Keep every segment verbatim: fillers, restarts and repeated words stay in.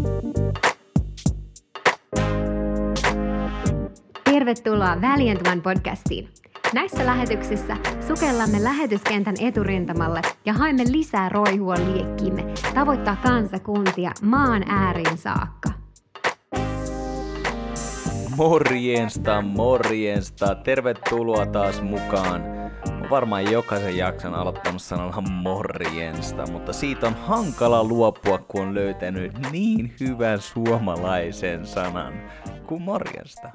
Tervetuloa Valiant One podcastiin. Näissä lähetyksissä sukellamme lähetyskentän eturintamalle ja haemme lisää roihua liekkiimme tavoittaa kansakuntia maan ääriin saakka. Morjensta, morjensta. Tervetuloa taas mukaan. Olen varmaan jokaisen jakson aloittanut sanalla morjensta, mutta siitä on hankala luopua, kun on löytänyt niin hyvän suomalaisen sanan kuin morjesta.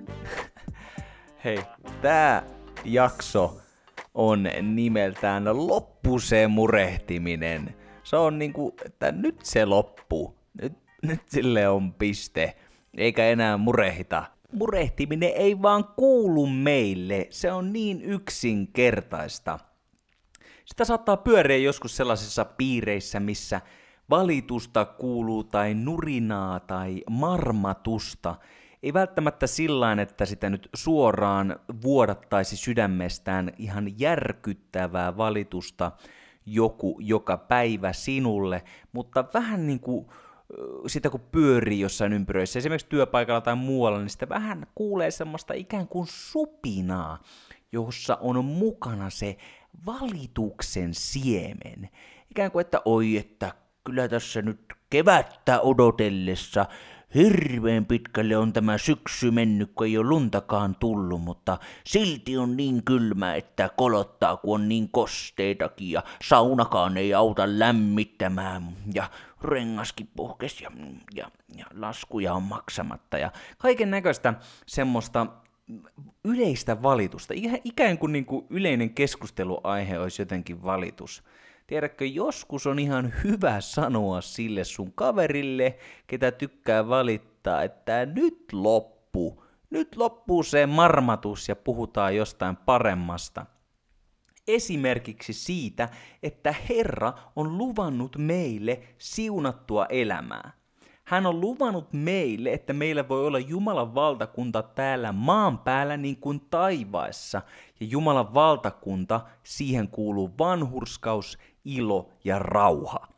Hei, tää jakso on nimeltään Loppu se murehtiminen. Se on niinku, että nyt se loppuu. Nyt, nyt sille on piste. Eikä enää murehita. Murehtiminen ei vaan kuulu meille. Se on niin yksinkertaista. Sitä saattaa pyöriä joskus sellaisissa piireissä, missä valitusta kuuluu tai nurinaa tai marmatusta. Ei välttämättä sillain, että sitä nyt suoraan vuodattaisi sydämestään ihan järkyttävää valitusta joku joka päivä sinulle, mutta vähän niin kuin sitä kun pyörii jossain ympyröissä, esimerkiksi työpaikalla tai muualla, niin sitä vähän kuulee semmoista ikään kuin supinaa, jossa on mukana se valituksen siemen. Ikään kuin, että oi, että kyllä tässä nyt kevättä odotellessa hirveän pitkälle on tämä syksy mennyt, kun ei ole luntakaan tullut, mutta silti on niin kylmä, että kolottaa, kun on niin kosteitakin ja saunakaan ei auta lämmittämään ja rengaskin puhkes ja, ja, ja laskuja on maksamatta ja kaiken näköistä semmoista yleistä valitusta, ikään kuin, niin kuin yleinen keskusteluaihe olisi jotenkin valitus. Tiedätkö, joskus on ihan hyvä sanoa sille sun kaverille, ketä tykkää valittaa, että nyt loppu, nyt loppuu se marmatus ja puhutaan jostain paremmasta. Esimerkiksi siitä, että Herra on luvannut meille siunattua elämää. Hän on luvannut meille, että meillä voi olla Jumalan valtakunta täällä maan päällä niin kuin taivaassa. Ja Jumalan valtakunta, siihen kuuluu vanhurskaus, ilo ja rauha.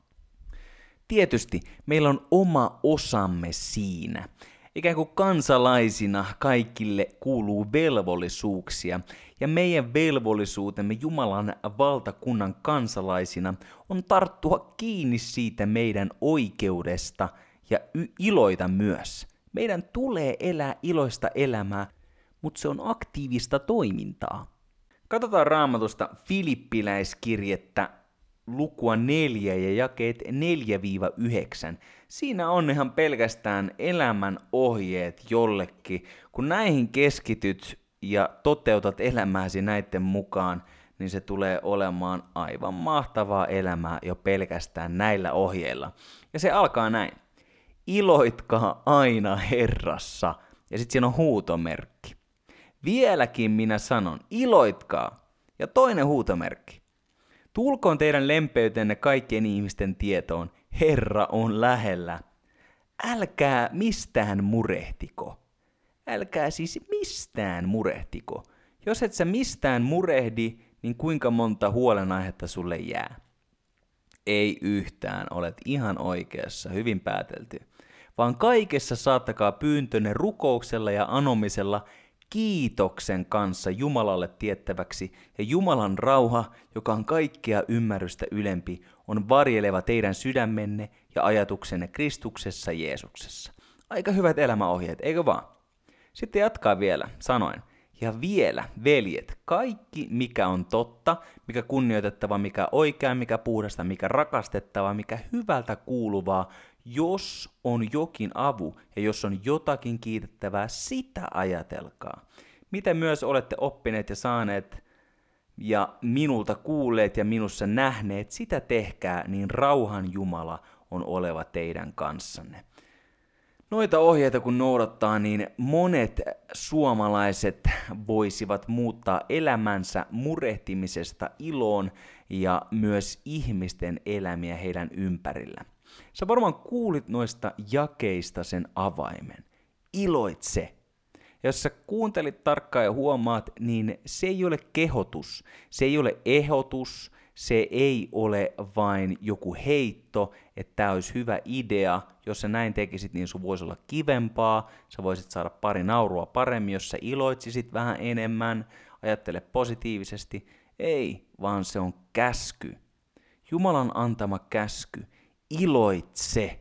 Tietysti meillä on oma osamme siinä. Ikään kuin kansalaisina kaikille kuuluu velvollisuuksia, ja meidän velvollisuutemme Jumalan valtakunnan kansalaisina on tarttua kiinni siitä meidän oikeudesta ja y- iloita myös. Meidän tulee elää iloista elämää, mutta se on aktiivista toimintaa. Katsotaan Raamatusta Filippiläiskirjettä lukua neljä ja jakeet neljä yhdeksän. Siinä on ihan pelkästään elämän ohjeet jollekin. Kun näihin keskityt ja toteutat elämääsi näiden mukaan, niin se tulee olemaan aivan mahtavaa elämää jo pelkästään näillä ohjeilla. Ja se alkaa näin. Iloitkaa aina Herrassa. Ja sitten siinä on huutomerkki. Vieläkin minä sanon, iloitkaa. Ja toinen huutomerkki. Tulkoon teidän lempeytenne kaikkien ihmisten tietoon. Herra on lähellä. Älkää mistään murehtiko. Älkää siis mistään murehtiko. Jos et sä mistään murehdi, niin kuinka monta huolenaihetta sulle jää? Ei yhtään, olet ihan oikeassa, hyvin päätelty. Vaan kaikessa saattakaa pyyntönne rukouksella ja anomisella kiitoksen kanssa Jumalalle tiettäväksi, ja Jumalan rauha, joka on kaikkea ymmärrystä ylempi, on varjeleva teidän sydämenne ja ajatuksenne Kristuksessa Jeesuksessa. Aika hyvät elämäohjeet, eikö vaan? Sitten jatkaa vielä, sanoen. Ja vielä, veljet, kaikki mikä on totta, mikä kunnioitettava, mikä oikea, mikä puhdasta, mikä rakastettava, mikä hyvältä kuuluvaa, jos on jokin avu ja jos on jotakin kiitettävää, sitä ajatelkaa. Mitä myös olette oppineet ja saaneet ja minulta kuulleet ja minussa nähneet, sitä tehkää, niin rauhan Jumala on oleva teidän kanssanne. Noita ohjeita kun noudattaa, niin monet suomalaiset voisivat muuttaa elämänsä murehtimisesta iloon ja myös ihmisten elämiä heidän ympärillä. Sä varmaan kuulit noista jakeista sen avaimen. Iloitse. Ja jos sä kuuntelit tarkkaan ja huomaat, niin se ei ole kehotus, se ei ole ehdotus, Se ei ole vain joku heitto, että tämä olisi hyvä idea. Jos sä näin tekisit, niin sun voisi olla kivempaa. Sä voisit saada pari naurua paremmin, jos sä iloitsisit vähän enemmän. Ajattele positiivisesti. Ei, vaan se on käsky. Jumalan antama käsky. Iloitse.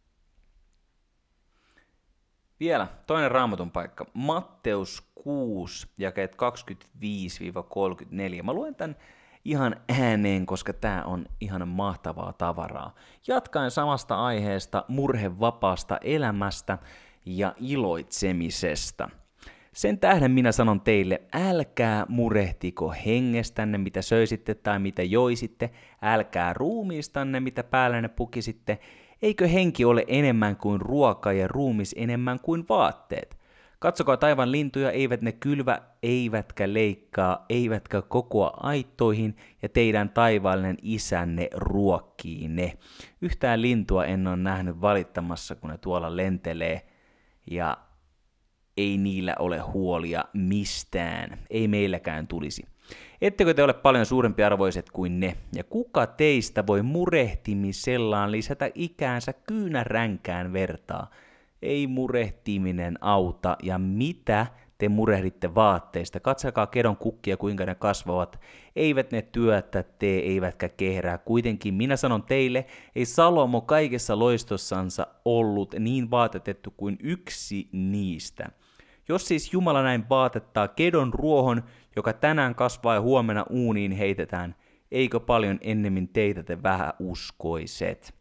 Vielä toinen Raamatun paikka. Matteus kuusi, jakeet kaksikymmentäviisi kolmekymmentäneljä. Mä luen tämän ihan ääneen, koska tää on ihan mahtavaa tavaraa. Jatkaen samasta aiheesta, murhevapaasta elämästä ja iloitsemisesta. Sen tähden minä sanon teille, älkää murehtiko hengestänne, mitä söisitte tai mitä joisitte, älkää ruumiistanne, mitä päällänne pukisitte. Eikö henki ole enemmän kuin ruoka ja ruumis enemmän kuin vaatteet? Katsokaa taivaan lintuja, eivät ne kylvä, eivätkä leikkaa, eivätkä kokoa aittoihin, ja teidän taivaallinen isänne ruokkii ne. Yhtään lintua en ole nähnyt valittamassa, kun ne tuolla lentelee, ja ei niillä ole huolia mistään, ei meilläkään tulisi. Ettekö te ole paljon suurempi arvoiset kuin ne, ja kuka teistä voi murehtimisellaan lisätä ikäänsä kyynäränkään vertaa? Ei murehtiminen auta, ja mitä te murehditte vaatteista? Katsokaa kedon kukkia, kuinka ne kasvavat. Eivät ne työtä tee, eivätkä kehrää. Kuitenkin minä sanon teille, ei Salomo kaikessa loistossansa ollut niin vaatetettu kuin yksi niistä. Jos siis Jumala näin vaatettaa kedon ruohon, joka tänään kasvaa ja huomenna uuniin heitetään, eikö paljon ennemmin teitä te vähäuskoiset?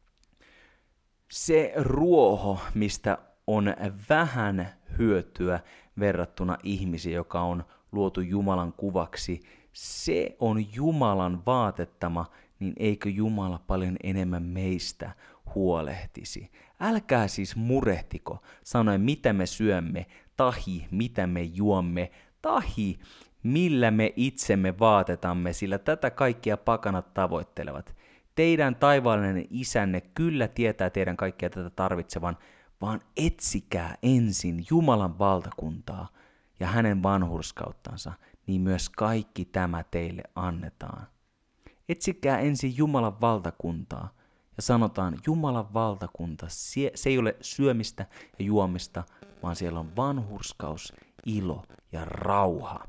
Se ruoho, mistä on vähän hyötyä verrattuna ihmisiin, joka on luotu Jumalan kuvaksi, se on Jumalan vaatettama, niin eikö Jumala paljon enemmän meistä huolehtisi? Älkää siis murehtiko, sanoen mitä me syömme, tahi mitä me juomme, tahi millä me itsemme vaatetamme, sillä tätä kaikkia pakanat tavoittelevat. Teidän taivaallinen isänne kyllä tietää teidän kaikkea tätä tarvitsevan, vaan etsikää ensin Jumalan valtakuntaa ja hänen vanhurskauttansa, niin myös kaikki tämä teille annetaan. Etsikää ensin Jumalan valtakuntaa ja sanotaan, Jumalan valtakunta, se ei ole syömistä ja juomista, vaan siellä on vanhurskaus, ilo ja rauha.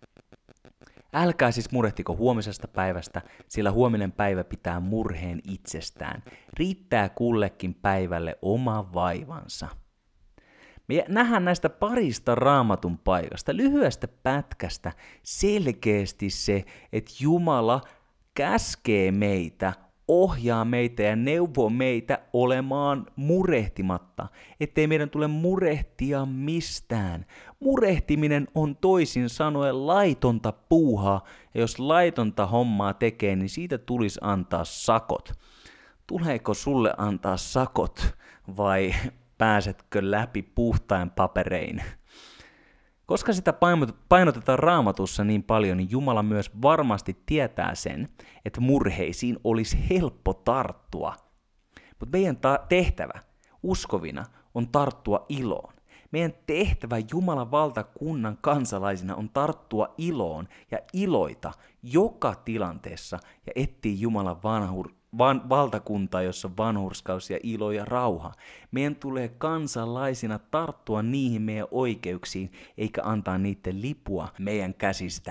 Älkää siis murehtiko huomisesta päivästä, sillä huominen päivä pitää murheen itsestään. Riittää kullekin päivälle oma vaivansa. Me nähdään näistä parista Raamatun paikasta, lyhyestä pätkästä, selkeästi se, että Jumala käskee meitä, ohjaa meitä ja neuvoo meitä olemaan murehtimatta, ettei meidän tule murehtia mistään. Murehtiminen on toisin sanoen laitonta puuhaa, ja jos laitonta hommaa tekee, niin siitä tulisi antaa sakot. Tuleeko sulle antaa sakot vai pääsetkö läpi puhtain paperein? Koska sitä painotetaan Raamatussa niin paljon, niin Jumala myös varmasti tietää sen, että murheisiin olisi helppo tarttua. Mutta meidän ta- tehtävä uskovina on tarttua iloon. Meidän tehtävä Jumalan valtakunnan kansalaisina on tarttua iloon ja iloita joka tilanteessa ja etsiä Jumalan vanhur- van- valtakuntaa, jossa on vanhurskaus ja ilo ja rauha. Meidän tulee kansalaisina tarttua niihin meidän oikeuksiin, eikä antaa niiden lipua meidän käsistä.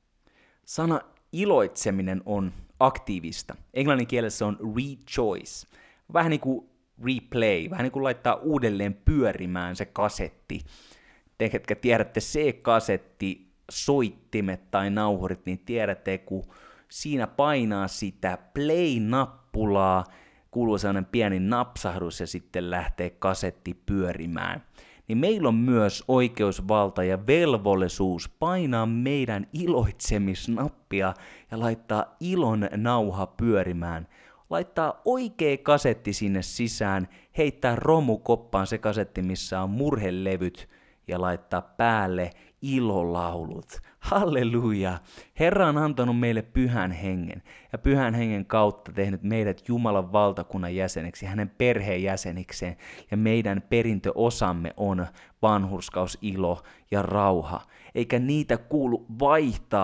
Sana iloitseminen on aktiivista. Englannin kielessä on rejoice. Vähän niin kuin replay, vähän niin kuin laittaa uudelleen pyörimään se kasetti. Te, ketkä tiedätte C-kasetti, soittimet tai nauhurit, niin tiedätte, kun siinä painaa sitä play-nappulaa, kuuluu sellainen pieni napsahdus ja sitten lähtee kasetti pyörimään. Niin meillä on myös oikeusvalta ja velvollisuus painaa meidän iloitsemisnappia ja laittaa ilon nauha pyörimään. Laittaa oikea kasetti sinne sisään, heittää romukoppaan se kasetti, missä on murhelevyt, ja laittaa päälle ilolaulut. Halleluja! Herra on antanut meille pyhän hengen, ja pyhän hengen kautta tehnyt meidät Jumalan valtakunnan jäseneksi, hänen perheen jäsenikseen, ja meidän perintöosamme on vanhurskaus, ilo ja rauha. Eikä niitä kuulu vaihtaa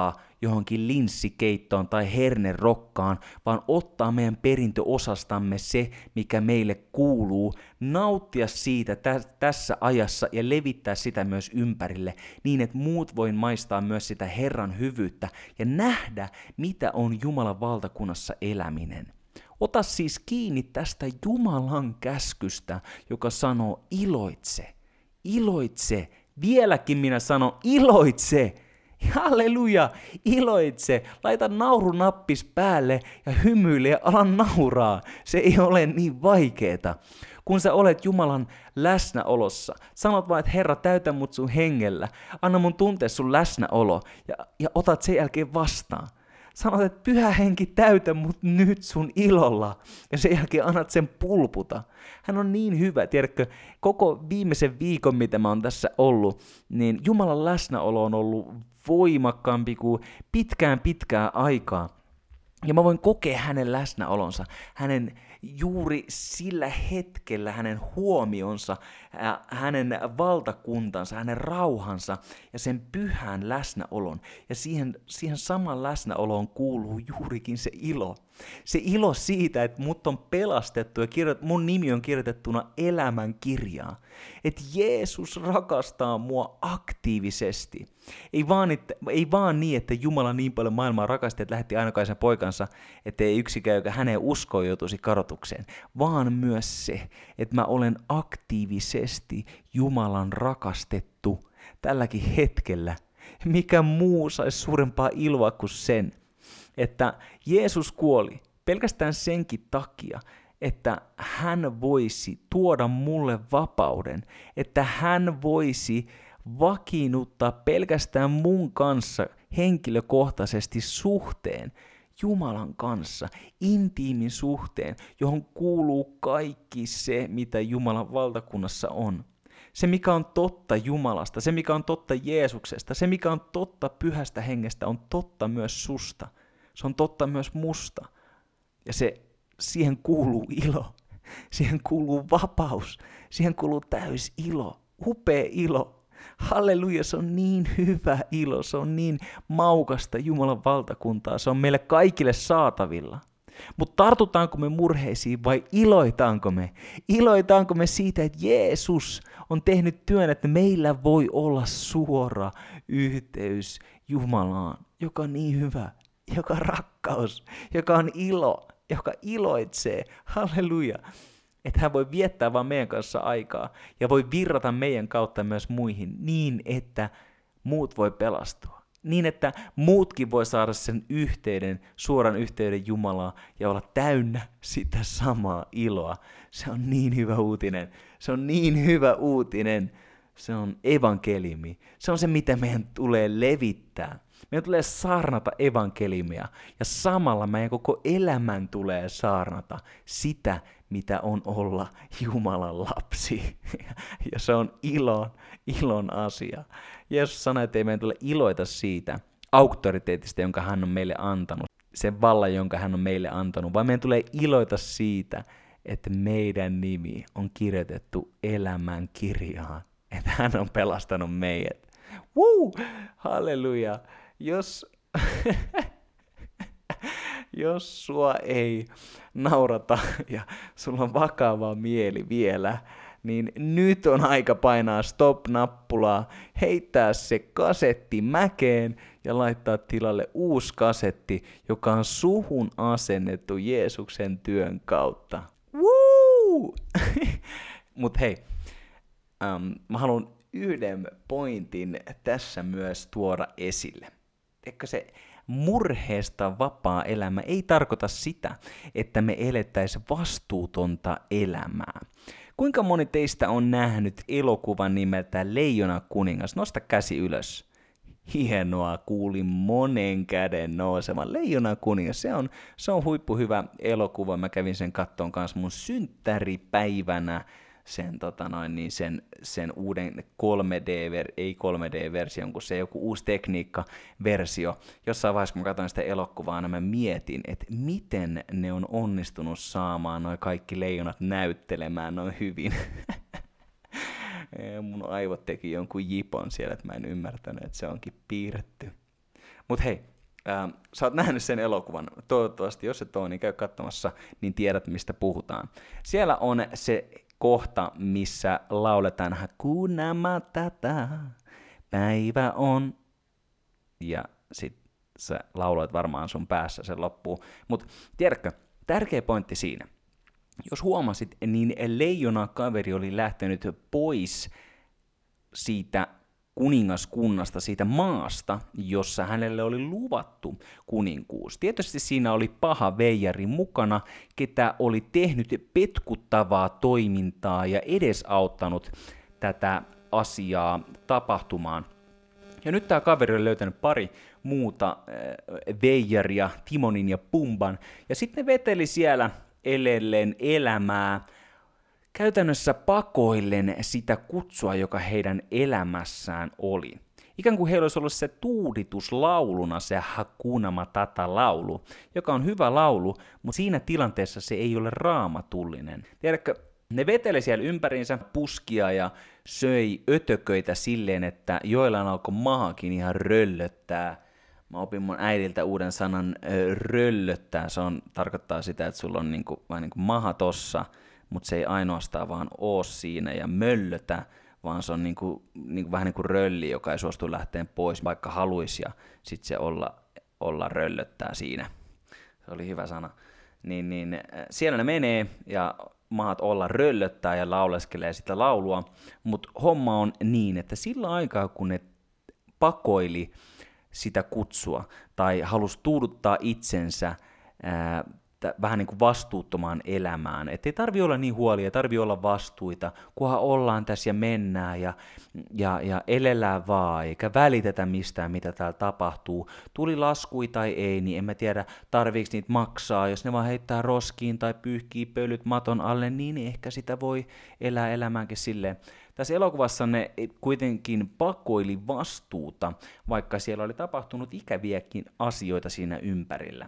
johonkin linssikeittoon tai hernerokkaan, vaan ottaa meidän perintöosastamme se, mikä meille kuuluu, nauttia siitä tä- tässä ajassa ja levittää sitä myös ympärille, niin että muut voi maistaa myös sitä Herran hyvyyttä ja nähdä, mitä on Jumalan valtakunnassa eläminen. Ota siis kiinni tästä Jumalan käskystä, joka sanoo iloitse, iloitse, vieläkin minä sanon iloitse, halleluja, iloitse, laita naurunappis päälle ja hymyile ja ala nauraa, se ei ole niin vaikeeta. Kun sä olet Jumalan läsnäolossa, sanot vaan, että Herra, täytä mut sun hengellä, anna mun tuntea sun läsnäolo ja, ja otat sen jälkeen vastaan. Sanot, että Pyhä Henki, täytä mut nyt sun ilolla. Ja sen jälkeen annat sen pulputa. Hän on niin hyvä, tiedätkö, koko viimeisen viikon, mitä mä oon tässä ollut, niin Jumalan läsnäolo on ollut voimakkaampi kuin pitkään pitkään aikaa. Ja mä voin kokea hänen läsnäolonsa, hänen juuri sillä hetkellä hänen huomionsa, hänen valtakuntansa, hänen rauhansa ja sen pyhän läsnäolon. Ja siihen, siihen saman läsnäoloon kuuluu juurikin se ilo. Se ilo siitä, että mut on pelastettu ja kirjoit, mun nimi on kirjoitettuna elämän kirjaan. Että Jeesus rakastaa mua aktiivisesti. Ei vaan, että, ei vaan niin, että Jumala niin paljon maailmaa rakasti, että lähetti ainokaisen poikansa, ettei yksikään, joka häneen uskoo, joutuisi kadotukseen. Vaan myös se, että mä olen aktiivisesti Jumalan rakastettu tälläkin hetkellä. Mikä muu saisi suurempaa iloa kuin sen, että Jeesus kuoli pelkästään senkin takia, että hän voisi tuoda mulle vapauden, että hän voisi vakiinnuttaa pelkästään mun kanssa henkilökohtaisesti suhteen Jumalan kanssa, intiimin suhteen, johon kuuluu kaikki se, mitä Jumalan valtakunnassa on. Se, mikä on totta Jumalasta, se, mikä on totta Jeesuksesta, se, mikä on totta Pyhästä Hengestä, on totta myös susta. Se on totta myös musta. Ja se, siihen kuuluu ilo, siihen kuuluu vapaus, siihen kuuluu täys ilo, upea ilo. Halleluja, se on niin hyvä ilo, se on niin maukasta Jumalan valtakuntaa, se on meille kaikille saatavilla. Mutta tartutaanko me murheisiin vai iloitaanko me? Iloitaanko me siitä, että Jeesus on tehnyt työn, että meillä voi olla suora yhteys Jumalaan, joka on niin hyvä, joka on rakkaus, joka on ilo, joka iloitsee. Halleluja. Että hän voi viettää vaan meidän kanssa aikaa ja voi virrata meidän kautta myös muihin niin, että muut voi pelastua. Niin, että muutkin voi saada sen yhteyden, suoran yhteyden Jumalaa ja olla täynnä sitä samaa iloa. Se on niin hyvä uutinen. Se on niin hyvä uutinen. Se on evankeliumi. Se on se, mitä meidän tulee levittää. Meidän tulee saarnata evankeliumia ja samalla meidän koko elämän tulee saarnata sitä, mitä on olla Jumalan lapsi. Ja se on ilon, ilon asia. Jeesus sanoi, että ei meidän tule iloita siitä auktoriteetista, jonka hän on meille antanut, sen vallan, jonka hän on meille antanut, vaan meidän tulee iloita siitä, että meidän nimi on kirjoitettu elämän kirjaan, että hän on pelastanut meidät. Woo! Halleluja! Jos... Jos sua ei naurata ja sulla on vakava mieli vielä, niin nyt on aika painaa stop-nappulaa, heittää se kasetti mäkeen ja laittaa tilalle uusi kasetti, joka on suhun asennettu Jeesuksen työn kautta. Woo! Mut hei, ähm, mä haluan yhden pointin tässä myös tuoda esille. Eikö se murheesta vapaa elämä ei tarkoita sitä, että me elettäisiin vastuutonta elämää. Kuinka moni teistä on nähnyt elokuvan nimeltä Leijona kuningas? Nosta käsi ylös. Hienoa, kuulin monen käden nousevan. Leijona kuningas, se on, se on huippuhyvä elokuva. Mä kävin sen kattoon kanssa mun synttäripäivänä. Sen, tota noin, niin sen, sen uuden kolme D, ei kolme D-version, kun se joku uusi tekniikka-versio. Jossain vaiheessa, kun mä katsoin sitä elokuvaa, niin mä mietin, että miten ne on onnistunut saamaan noi kaikki leijonat näyttelemään noin hyvin. Mun aivot teki jonkun jipon siellä, että mä en ymmärtänyt, että se onkin piirretty. Mut hei, Ää, sä oot nähnyt sen elokuvan. Toivottavasti, jos et ole, niin käy katsomassa, niin tiedät, mistä puhutaan. Siellä on se kohta, missä lauletaan Hakuna Matata, päivä on. Ja sit sä lauloit varmaan sun päässä sen loppuun. Mutta tiedätkö, tärkeä pointti siinä. Jos huomasit, niin leijona kaveri oli lähtenyt pois siitä kuningaskunnasta, siitä maasta, jossa hänelle oli luvattu kuninkuus. Tietysti siinä oli paha veijari mukana, ketä oli tehnyt petkuttavaa toimintaa ja edesauttanut tätä asiaa tapahtumaan. Ja nyt tämä kaveri oli löytänyt pari muuta äh, veijaria, Timonin ja Pumban, ja sitten ne veteli siellä elellen elämää, käytännössä pakoillen sitä kutsua, joka heidän elämässään oli. Ikään kuin heillä olisi ollut se tuudituslauluna se Hakuna Matata-laulu, joka on hyvä laulu, mutta siinä tilanteessa se ei ole raamatullinen. Tiedätkö, ne veteli siellä ympäriinsä puskia ja söi ötököitä silleen, että joillain alkoi mahakin ihan röllöttää. Mä opin mun äidiltä uuden sanan ö, röllöttää. Se on, tarkoittaa sitä, että sulla on niinku, vain niinku maha tossa, mutta se ei ainoastaan vaan oo siinä ja möllötä, vaan se on niinku, niinku, vähän niin kuin rölli, joka ei suostu lähteen pois, vaikka haluisi, ja sit se olla, olla röllöttää siinä. Se oli hyvä sana. Niin, niin siellä ne menee, ja maat olla röllöttää ja lauleskelee sitä laulua, mutta homma on niin, että sillä aikaa, kun ne pakoili sitä kutsua, tai halusi tuuduttaa itsensä ää, vähän niin kuin vastuuttomaan elämään. Että ei tarvitse olla niin huolia, ei tarvitse olla vastuita, kunhan ollaan tässä ja mennään ja, ja, ja elellään vaan, eikä välitetä mistään, mitä täällä tapahtuu. Tuli laskui tai ei, niin en mä tiedä, tarviiko niitä maksaa. Jos ne vaan heittää roskiin tai pyyhkii pölyt maton alle, niin ehkä sitä voi elää elämäänkin silleen. Tässä elokuvassa ne kuitenkin pakoili vastuuta, vaikka siellä oli tapahtunut ikäviäkin asioita siinä ympärillä.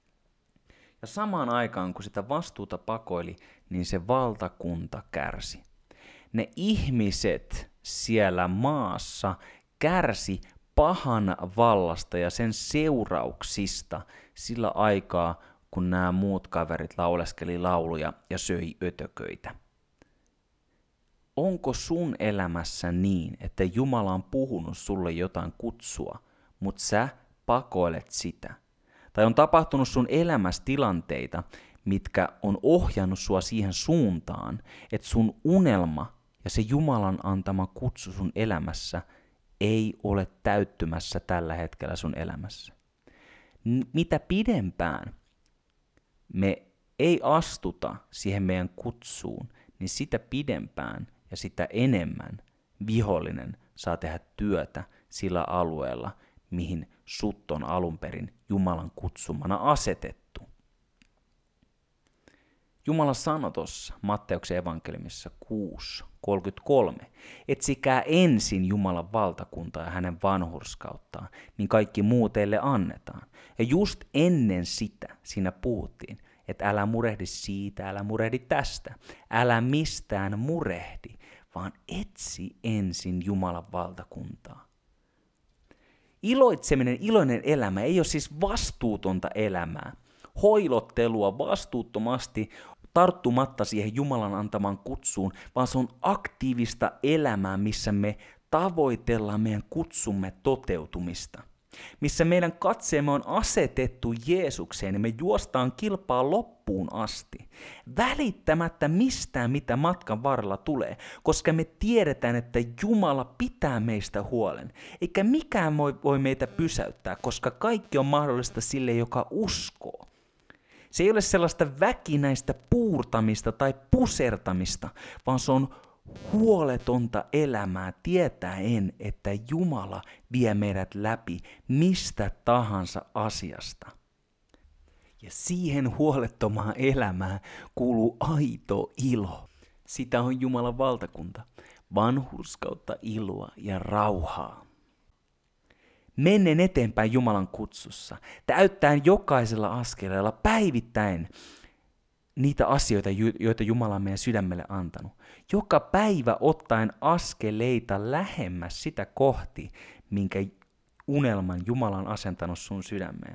Ja samaan aikaan, kun sitä vastuuta pakoili, niin se valtakunta kärsi. Ne ihmiset siellä maassa kärsi pahan vallasta ja sen seurauksista sillä aikaa, kun nämä muut kaverit lauleskeli lauluja ja söi ötököitä. Onko sun elämässä niin, että Jumala on puhunut sulle jotain kutsua, mutta sä pakoilet sitä? Tai on tapahtunut sun elämässä tilanteita, mitkä on ohjannut sua siihen suuntaan, että sun unelma ja se Jumalan antama kutsu sun elämässä ei ole täyttymässä tällä hetkellä sun elämässä. N- mitä pidempään me ei astuta siihen meidän kutsuun, niin sitä pidempään ja sitä enemmän vihollinen saa tehdä työtä sillä alueella, mihin sut on alun perin Jumalan kutsumana asetettu. Jumala sanoi tuossa Matteuksen evankeliumissa kuusi kolmekymmentäkolme, etsikää ensin Jumalan valtakuntaa ja hänen vanhurskauttaan, niin kaikki muu teille annetaan. Ja just ennen sitä siinä puhuttiin, että älä murehdi siitä, älä murehdi tästä, älä mistään murehdi, vaan etsi ensin Jumalan valtakuntaa. Iloitseminen, iloinen elämä ei ole siis vastuutonta elämää, hoilottelua vastuuttomasti tarttumatta siihen Jumalan antamaan kutsuun, vaan se on aktiivista elämää, missä me tavoitellaan meidän kutsumme toteutumista. Missä meidän katseemme on asetettu Jeesukseen ja me juostaan kilpaa loppuun asti, välittämättä mistään, mitä matkan varrella tulee, koska me tiedetään, että Jumala pitää meistä huolen, eikä mikään voi meitä pysäyttää, koska kaikki on mahdollista sille, joka uskoo. Se ei ole sellaista väkinäistä puurtamista tai pusertamista, vaan se on huoletonta elämää tietäen, että Jumala vie meidät läpi mistä tahansa asiasta. Ja siihen huolettomaan elämään kuuluu aito ilo. Sitä on Jumalan valtakunta, vanhurskautta, iloa ja rauhaa. Mennen eteenpäin Jumalan kutsussa, täyttäen jokaisella askeleella päivittäin niitä asioita, joita Jumala on meidän sydämelle antanut. Joka päivä ottaen askeleita lähemmäs sitä kohti, minkä unelman Jumala on asentanut sun sydämeen?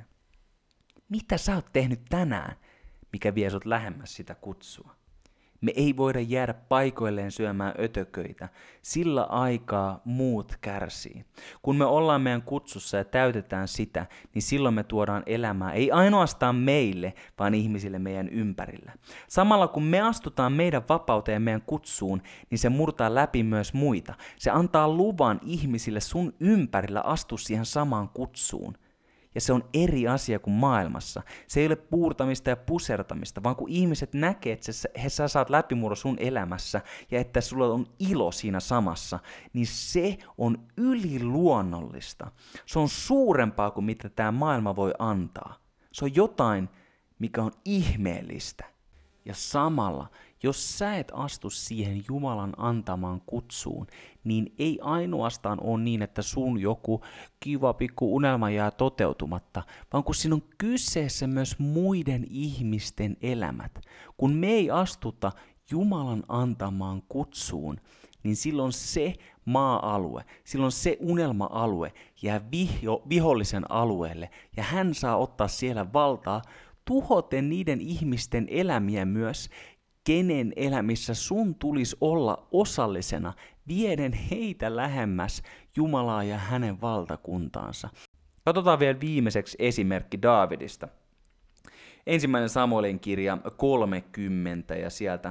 Mitä sä oot tehnyt tänään, mikä vie sut lähemmäs sitä kutsua? Me ei voida jäädä paikoilleen syömään ötököitä, sillä aikaa muut kärsii. Kun me ollaan meidän kutsussa ja täytetään sitä, niin silloin me tuodaan elämää, ei ainoastaan meille, vaan ihmisille meidän ympärillä. Samalla kun me astutaan meidän vapauteen meidän kutsuun, niin se murtaa läpi myös muita. Se antaa luvan ihmisille sun ympärillä astua siihen samaan kutsuun. Ja se on eri asia kuin maailmassa. Se ei ole puurtamista ja pusertamista, vaan kun ihmiset näkee, että sä, he sä saat läpimurro sun elämässä ja että sulla on ilo siinä samassa, niin se on yliluonnollista. Se on suurempaa kuin mitä tämä maailma voi antaa. Se on jotain, mikä on ihmeellistä. Ja samalla, jos sä et astu siihen Jumalan antamaan kutsuun, niin ei ainoastaan ole niin, että sun joku kiva pikku unelma jää toteutumatta, vaan kun siinä on kyseessä myös muiden ihmisten elämät. Kun me ei astuta Jumalan antamaan kutsuun, niin silloin se maa-alue, silloin se unelma-alue jää viho, vihollisen alueelle, ja hän saa ottaa siellä valtaa, tuhoten niiden ihmisten elämiä myös, kenen elämissä sun tulisi olla osallisena, vieden heitä lähemmäs Jumalaa ja hänen valtakuntaansa. Katsotaan vielä viimeiseksi esimerkki Daavidista. Ensimmäinen Samuelin kirja kolmekymmentä ja sieltä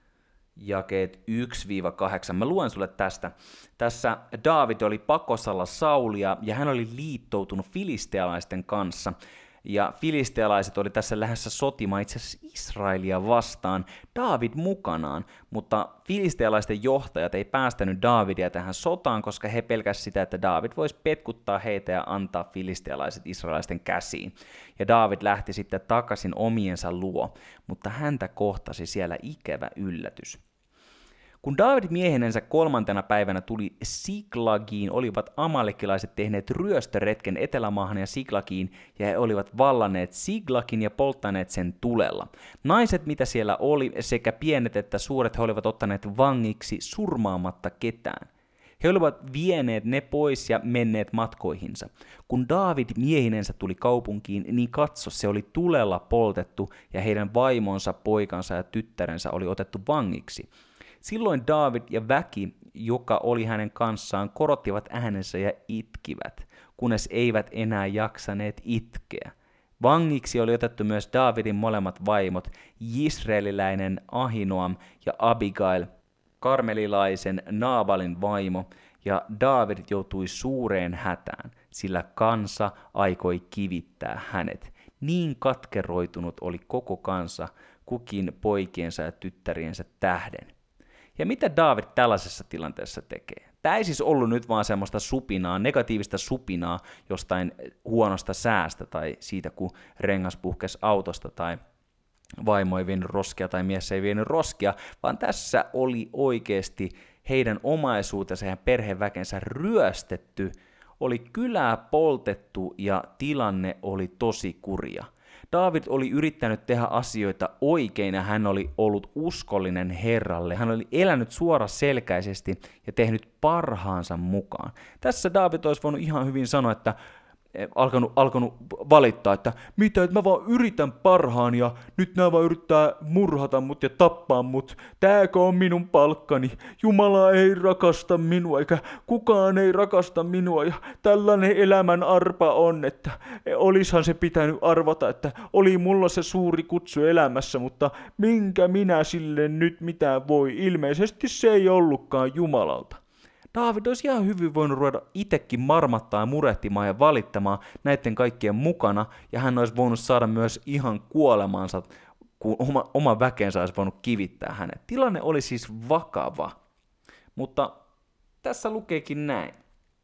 jakeet yksi kahdeksan. Mä luen sulle tästä. Tässä Daavid oli pakosalla Saulia ja hän oli liittoutunut filistealaisten kanssa. Ja filistealaiset oli tässä lähdössä sotimaan itse asiassa Israelia vastaan, Daavid mukanaan, mutta filistealaisten johtajat ei päästänyt Daavidia tähän sotaan, koska he pelkäsivät sitä, että Daavid voisi petkuttaa heitä ja antaa filistealaiset israelaisten käsiin. Ja Daavid lähti sitten takaisin omiensa luo, mutta häntä kohtasi siellä ikävä yllätys. Kun Daavid miehenensä kolmantena päivänä tuli Siglagiin, olivat amalekilaiset tehneet ryöstöretken Etelämaahan ja Siglagiin, ja he olivat vallanneet Siglagin ja polttaneet sen tulella. Naiset, mitä siellä oli, sekä pienet että suuret, he olivat ottaneet vangiksi surmaamatta ketään. He olivat vieneet ne pois ja menneet matkoihinsa. Kun Daavid miehinensä tuli kaupunkiin, niin katso, se oli tulella poltettu, ja heidän vaimonsa, poikansa ja tyttärensä oli otettu vangiksi. Silloin Daavid ja väki, joka oli hänen kanssaan, korottivat äänensä ja itkivät, kunnes eivät enää jaksaneet itkeä. Vangiksi oli otettu myös Daavidin molemmat vaimot, Jisreeliläinen Ahinoam ja Abigail, karmelilaisen Naabalin vaimo, ja Daavid joutui suureen hätään, sillä kansa aikoi kivittää hänet. Niin katkeroitunut oli koko kansa, kukin poikiensa ja tyttäriensä tähden. Ja mitä Daavid tällaisessa tilanteessa tekee? Tämä ei siis ollut nyt vaan semmoista supinaa, negatiivista supinaa jostain huonosta säästä tai siitä, kun rengas puhkesi autosta tai vaimo ei vienyt roskia tai mies ei vienyt roskia, vaan tässä oli oikeasti heidän omaisuutensa ja perheväkensä ryöstetty, oli kylää poltettu ja tilanne oli tosi kurja. Daavid oli yrittänyt tehdä asioita oikein ja hän oli ollut uskollinen Herralle. Hän oli elänyt suoraselkäisesti ja tehnyt parhaansa mukaan. Tässä Daavid olisi voinut ihan hyvin sanoa, että alkanut, alkanut valittaa, että mitä, että mä vaan yritän parhaan ja nyt nää vaan yrittää murhata mut ja tappaa mut. Tääkö on minun palkkani? Jumala ei rakasta minua eikä kukaan ei rakasta minua ja tällainen elämän arpa on, että olishan se pitänyt arvata, että oli mulla se suuri kutsu elämässä, mutta minkä minä sille nyt mitään voi? Ilmeisesti se ei ollutkaan Jumalalta. Daavid olisi ihan hyvin voinut ruveta itsekin marmattaa ja murehtimaan ja valittamaan näiden kaikkien mukana, ja hän olisi voinut saada myös ihan kuolemansa, kun oma, oma väkensä olisi voinut kivittää hänet. Tilanne oli siis vakava, mutta tässä lukeekin näin.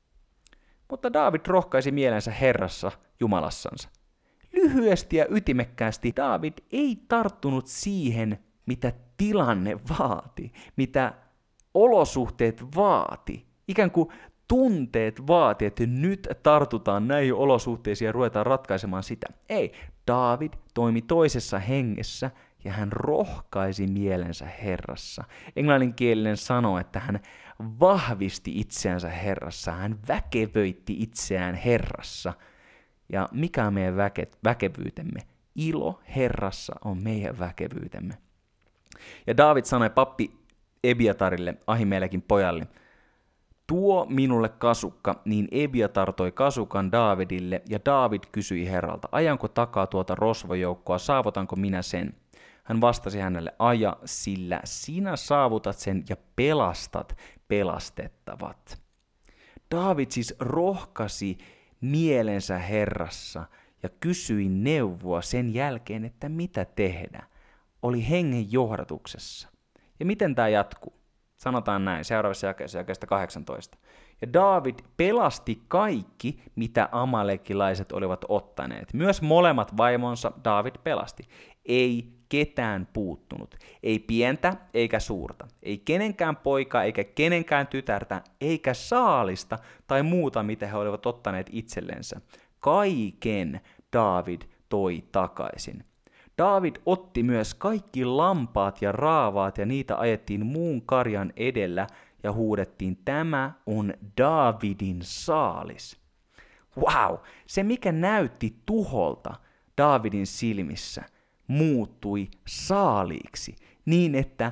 Mutta Daavid rohkaisi mielensä Herrassa Jumalassansa. Lyhyesti ja ytimekkäästi Daavid ei tarttunut siihen, mitä tilanne vaati, mitä olosuhteet vaati. Ikään kuin tunteet vaati, että nyt tartutaan näihin olosuhteisiin ja ruvetaan ratkaisemaan sitä. Ei, Daavid toimi toisessa hengessä ja hän rohkaisi mielensä Herrassa. Englanninkielinen sanoo, että hän vahvisti itseänsä Herrassa, hän väkevöitti itseään Herrassa. Ja mikä on meidän väke- väkevyytemme? Ilo Herrassa on meidän väkevyytemme. Ja Daavid sanoi pappi Ebiatarille, Ahimellekin pojalle, tuo minulle kasukka, niin Ebiatar toi kasukan Daavidille, ja Daavid kysyi Herralta, ajanko takaa tuota rosvojoukkoa, saavutanko minä sen? Hän vastasi hänelle, aja, sillä sinä saavutat sen ja pelastat pelastettavat. Daavid siis rohkasi mielensä Herrassa ja kysyi neuvoa sen jälkeen, että mitä tehdä. Oli hengen johdatuksessa. Ja miten tämä jatkuu? Sanotaan näin, seuraavassa jakeessa, jakeesta kahdeksantoista. Ja Daavid pelasti kaikki, mitä amalekilaiset olivat ottaneet. Myös molemmat vaimonsa Daavid pelasti. Ei ketään puuttunut. Ei pientä eikä suurta. Ei kenenkään poikaa eikä kenenkään tytärtä, eikä saalista tai muuta, mitä he olivat ottaneet itsellensä. Kaiken Daavid toi takaisin. Daavid otti myös kaikki lampaat ja raavaat ja niitä ajettiin muun karjan edellä ja huudettiin, tämä on Daavidin saalis. Wow, se mikä näytti tuholta Daavidin silmissä muuttui saaliiksi niin, että,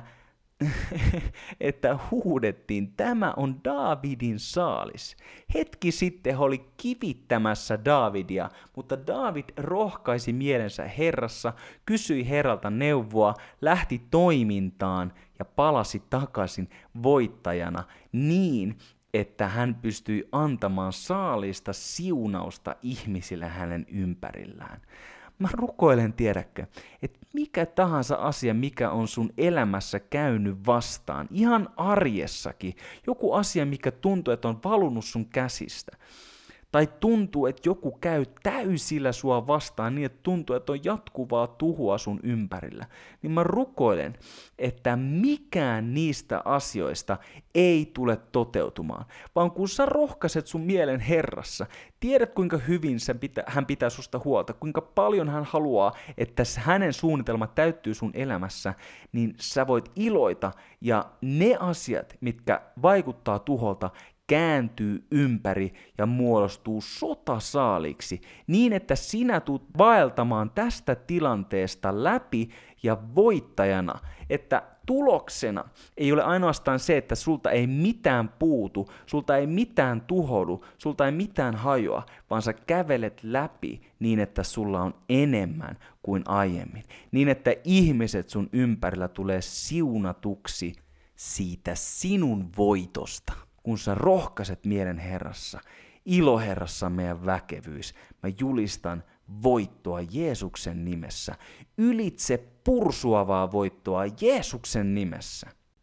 että huudettiin, tämä on Daavidin saalis. Hetki sitten he oli kivittämässä Daavidia, mutta Daavid rohkaisi mielensä Herrassa, kysyi Herralta neuvoa, lähti toimintaan ja palasi takaisin voittajana niin, että hän pystyi antamaan saalista siunausta ihmisille hänen ympärillään. Mä rukoilen, tiedäkö, että mikä tahansa asia, mikä on sun elämässä käynyt vastaan, ihan arjessakin, joku asia, mikä tuntuu, että on valunut sun käsistä, tai tuntuu, että joku käy täysillä sua vastaan niin, että tuntuu, että on jatkuvaa tuhoa sun ympärillä, niin mä rukoilen, että mikään niistä asioista ei tule toteutumaan, vaan kun sä rohkaiset sun mielen Herrassa, tiedät kuinka hyvin sen pitä, hän pitää susta huolta, kuinka paljon hän haluaa, että hänen suunnitelma täyttyy sun elämässä, niin sä voit iloita ja ne asiat, mitkä vaikuttaa tuholta, kääntyy ympäri ja muodostuu sotasaaliksi niin, että sinä tulet vaeltamaan tästä tilanteesta läpi ja voittajana, että tuloksena ei ole ainoastaan se, että sulta ei mitään puutu, sulta ei mitään tuhoudu, sulta ei mitään hajoa, vaan sä kävelet läpi niin, että sulla on enemmän kuin aiemmin. Niin, että ihmiset sun ympärillä tulee siunatuksi siitä sinun voitosta. Kun sä rohkaiset mielen Herrassa, ilo Herrassa on meidän väkevyys. Mä julistan voittoa Jeesuksen nimessä, ylitse pursuavaa voittoa Jeesuksen nimessä.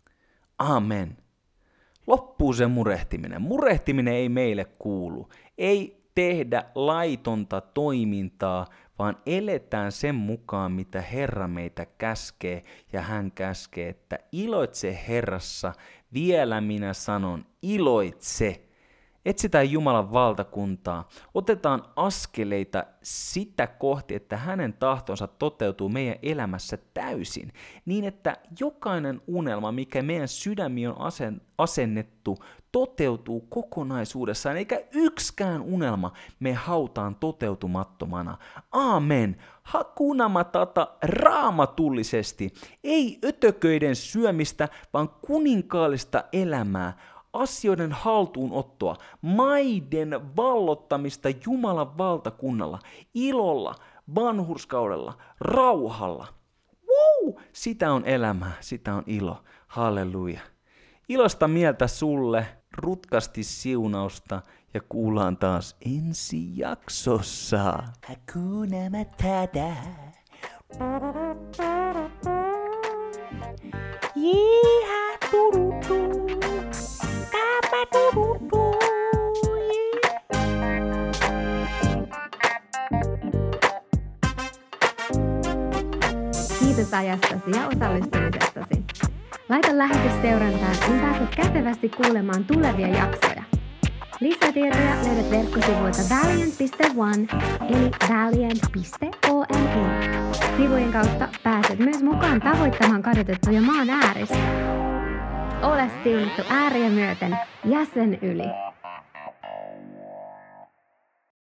Amen. Loppuu se murehtiminen. Murehtiminen ei meille kuulu. Ei tehdä laitonta toimintaa, vaan eletään sen mukaan, mitä Herra meitä käskee, ja hän käskee, että iloitse Herrassa, vielä minä sanon, iloitse. Etsitään Jumalan valtakuntaa, otetaan askeleita sitä kohti, että hänen tahtonsa toteutuu meidän elämässä täysin, niin että jokainen unelma, mikä meidän sydämi on asennettu, toteutuu kokonaisuudessaan, eikä yksikään unelma me hautaan toteutumattomana. Aamen. Hakuna matata raamatullisesti, ei ötököiden syömistä, vaan kuninkaallista elämää, asioiden haltuunottoa, maiden vallottamista Jumalan valtakunnalla, ilolla, vanhurskaudella, rauhalla. Wow! Sitä on elämää, sitä on ilo. Halleluja. Ilosta mieltä sulle, rutkasti siunausta ja kuullaan taas ensi jaksossa. Hakuna matata. Jiha turutu. Kapa turutu. Kiitos ajastasi ja osallistumisestasi. Laita lähetys seurantaan, niin pääset kätevästi kuulemaan tulevia jaksoja. Lisätietoja löydät verkkosivuilta valiant piste one eli valiant piste one. Sivujen kautta pääset myös mukaan tavoittamaan kadotettuja maan ääristä. Ole siunattu ääriä myöten jäsen yli.